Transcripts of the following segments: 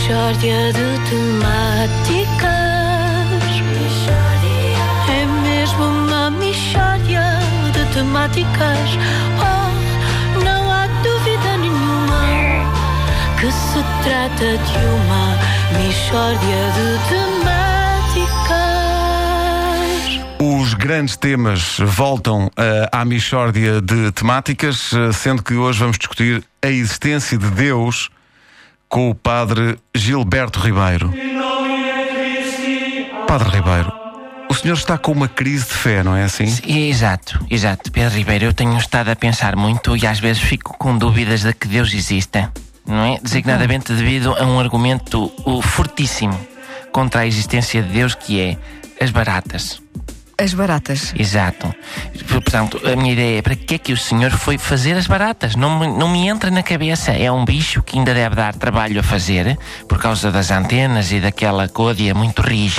Mixórdia de temáticas. É mesmo uma mixórdia de temáticas. Oh, não há dúvida nenhuma que se trata de uma mixórdia de temáticas. Os grandes temas voltam à mixórdia de temáticas, sendo que hoje vamos discutir a existência de Deus com o padre Gilberto Ribeiro. Padre Ribeiro, o senhor está com uma crise de fé, não é assim? Exato, Pedro Ribeiro. Eu tenho estado a pensar muito e às vezes fico com dúvidas de que Deus exista, não é? Designadamente devido a um argumento fortíssimo contra a existência de Deus, que é as baratas. As baratas. Exato. Portanto, a minha ideia é: para que é que o senhor foi fazer as baratas? Não me entra na cabeça. É um bicho que ainda deve dar trabalho a fazer, por causa das antenas e daquela côdea muito rija.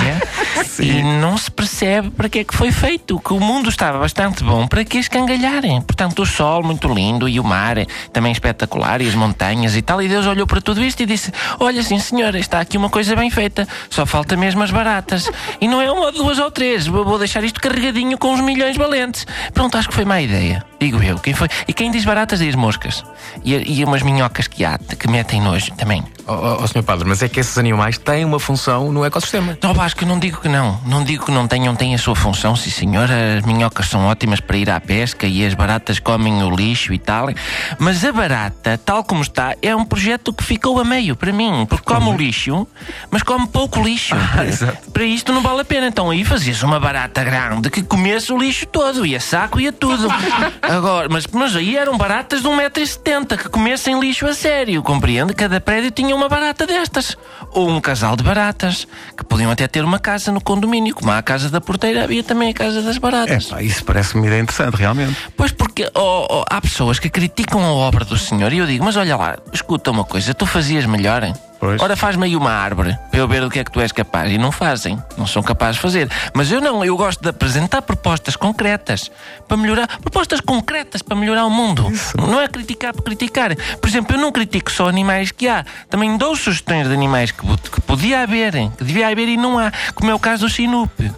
E não se percebe para que é que foi feito. Que o mundo estava bastante bom, para que escangalharem? Portanto, o sol muito lindo e o mar também espetacular e as montanhas e tal. E Deus olhou para tudo isto e disse: olha, sim senhora, está aqui uma coisa bem feita, só falta mesmo as baratas. E não é uma, duas ou três. Vou deixar isto carregadinho com uns milhões valentes. Pronto, acho que foi má ideia. Digo eu. Quem foi? E quem diz baratas diz moscas. E umas minhocas que há, que metem nojo também. Sr. Padre, mas é que esses animais têm uma função no ecossistema. Não, Vasco, eu não digo que não. Não digo que não tenham, têm a sua função, sim senhor. As minhocas são ótimas para ir à pesca e as baratas comem o lixo e tal. Mas a barata, tal como está, é um projeto que ficou a meio para mim. Porque come o lixo, mas come pouco lixo. Para isto não vale a pena. Então aí fazias uma barata grande que comesse o lixo todo, ia saco, ia tudo. Agora, mas aí eram baratas de 1,70m que comessem lixo a sério, compreende? Cada prédio tinha uma barata destas. Ou um casal de baratas, que podiam até ter uma casa no condomínio. Como há a casa da porteira, havia também a casa das baratas. Isso parece-me uma ideia interessante, realmente. Pois, porque há pessoas que criticam a obra do senhor e eu digo: mas olha lá, escuta uma coisa, tu fazias melhor, hein? Pois. Ora, faz-me aí uma árvore para eu ver do que é que tu és capaz. E não fazem, não são capazes de fazer. Mas eu não, eu gosto de apresentar propostas concretas para melhorar, propostas concretas para melhorar o mundo. Isso. Não é criticar por criticar. Por exemplo, eu não critico só animais que há, também dou sugestões de animais que podia haver, que devia haver e não há, como é o caso do sinupe.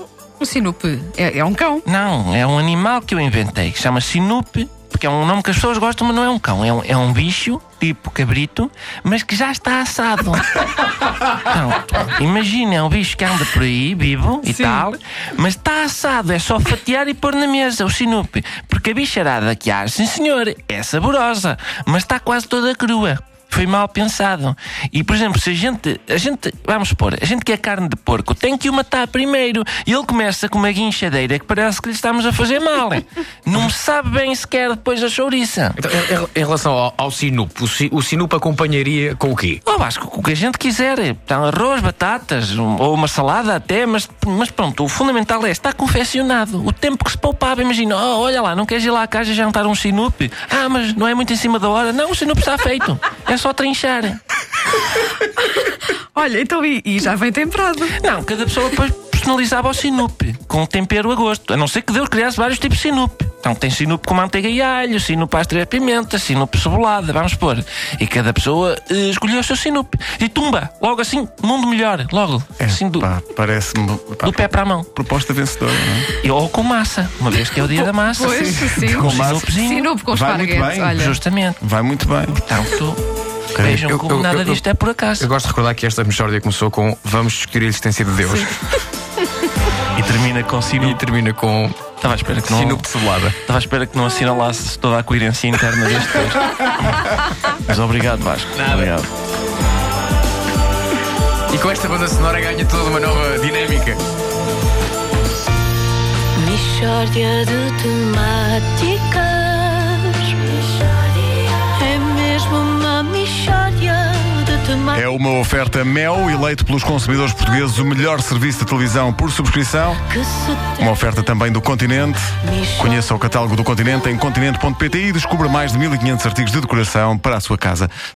O sinupe é um cão? Não, é um animal que eu inventei, que se chama sinupe, porque é um nome que as pessoas gostam, mas não é um cão. É um bicho, tipo cabrito, mas que já está assado. Então, imagina, é um bicho que anda por aí, vivo e tal, mas está assado. É só fatiar e pôr na mesa, o sinupe. Porque a bicharada que há, sim senhor, é saborosa, mas está quase toda crua. Foi mal pensado. E, por exemplo, se a gente, vamos supor, a gente quer carne de porco, tem que o matar primeiro. E ele começa com uma guinchadeira que parece que lhe estamos a fazer mal. Não sabe bem sequer depois a chouriça. Então, em relação ao sinupe, o sinupe acompanharia com o quê? Vasco, com o que a gente quiser. Então, arroz, batatas, ou uma salada até, mas pronto, o fundamental é estar confeccionado. O tempo que se poupava, imagina, olha lá, não queres ir lá à casa jantar um sinupe? Mas não é muito em cima da hora. Não, o sinupe está feito. É só trinchar. Olha, então e já vem temperado? Não, cada pessoa depois personalizava o sinupe com tempero a gosto. A não ser que Deus criasse vários tipos de sinupe. Então tem sinupe com manteiga e alho, sinupe às 3 pimentas, sinupe cebolada, vamos pôr. E cada pessoa escolheu o seu sinupe. E tumba, logo assim, mundo melhor. Logo, assim parece-me do pé para a mão. Proposta vencedora, não é? Ou com massa, uma vez que é o dia da massa. Pois, sim. Com massa. Sinupe com esparguete, olha. Justamente. Vai muito bem. Portanto, vejam como nada disto é por acaso. Eu gosto de recordar que esta mixórdia começou com: vamos discutir a existência de Deus. E termina com sinupe. E termina com Estava à espera que não. sinupe de cebolada. Estava à espera que não assinalasse toda a coerência interna deste texto. Mas obrigado, Vasco. Nada. Obrigado. E com esta banda sonora ganha toda uma nova dinâmica. Mixórdia de temáticas. É mesmo uma mixórdia de temáticas. É uma oferta Mel, eleito pelos consumidores portugueses o melhor serviço de televisão por subscrição. Uma oferta também do Continente. Conheça o catálogo do Continente em continente.pt e descubra mais de 1500 artigos de decoração para a sua casa.